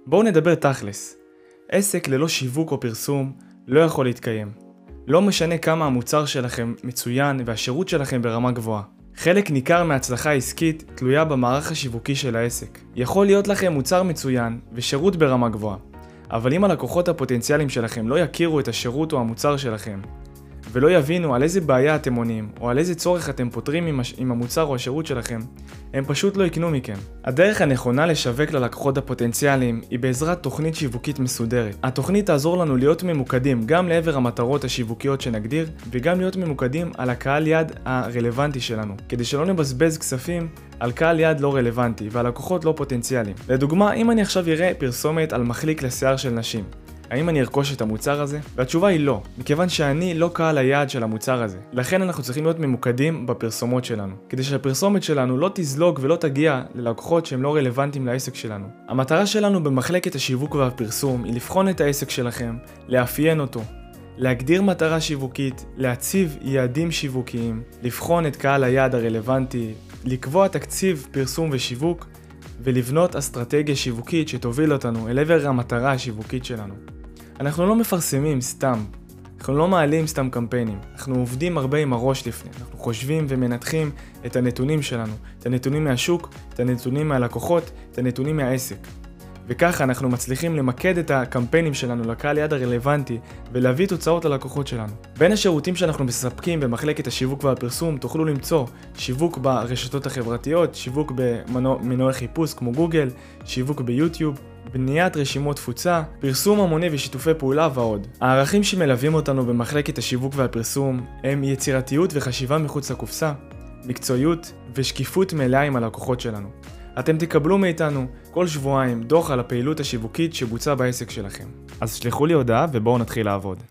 בואו נדבר תכלס. עסק ללא שיווק או פרסום לא יכול להתקיים. לא משנה כמה המוצר שלכם מצוין והשירות שלכם ברמה גבוהה. חלק ניכר מההצלחה העסקית תלויה במערך השיווקי של העסק. יכול להיות לכם מוצר מצוין ושירות ברמה גבוהה, אבל אם הלקוחות הפוטנציאליים שלכם לא יכירו את השירות או המוצר שלכם, ולא יבינו על איזה בעיה אתם עונים, או על איזה צורך אתם פותרים עם המוצר או השירות שלכם, הם פשוט לא יקנו מכם. הדרך הנכונה לשווק ללקוחות הפוטנציאליים היא בעזרת תוכנית שיווקית מסודרת. התוכנית תעזור לנו להיות ממוקדים גם לעבר המטרות השיווקיות שנגדיר, וגם להיות ממוקדים על הקהל יעד הרלוונטי שלנו, כדי שלא נבזבז כספים על קהל יעד לא רלוונטי והלקוחות לא פוטנציאליים. לדוגמה, אם אני עכשיו אראה פרסומת על מחליק לשיער של נשים, האם אני ארכוש את המוצר הזה? והתשובה היא לא, מכיוון שאני לא קהל היעד של המוצר הזה. לכן אנחנו צריכים להיות ממוקדים בפרסומות שלנו, כדי שהפרסומת שלנו לא תזלוג ולא תגיע ללקוחות שהם לא רלוונטיים לעסק שלנו. המטרה שלנו במחלקת השיווק והפרסום היא לבחון את העסק שלכם, לאפיין אותו, להגדיר מטרה שיווקית, להציב יעדים שיווקיים, לבחון את קהל היעד הרלוונטי, לקבוע תקציב פרסום ושיווק, ולבנות אסטרטגיה שיווקית שתוביל אותנו אל עבר המטרה השיווקית שלנו. אנחנו לא מפרסמים סתם, אנחנו לא מעלים סתם קמפיינים, אנחנו עובדים הרבה עם הראש לפני, אנחנו חושבים ומנתחים את הנתונים שלנו, את הנתונים מהשוק, את הנתונים מהלקוחות, את הנתונים מהעסק. וככה אנחנו מצליחים למקד את הקמפיינים שלנו לקהל יעד הרלוונטי ולהביא תוצאות ללקוחות שלנו. בין השירותים שאנחנו מספקים במחלקת השיווק והפרסום תוכלו למצוא שיווק ברשתות החברתיות, שיווק במנועי חיפוש כמו גוגל, שיווק ביוטיוב, בניית רשימות תפוצה, פרסום המוני ושיתופי פעולה ועוד. הערכים שמלווים אותנו במחלקת השיווק והפרסום הם יצירתיות וחשיבה מחוץ לקופסה, מקצועיות ושקיפות מלאה עם הלקוחות שלנו. אתם תקבלו מאיתנו כל שבועיים דוח על הפעילות השיווקית שבוצעה בעסק שלכם. אז שלחו לי הודעה ובואו נתחיל לעבוד.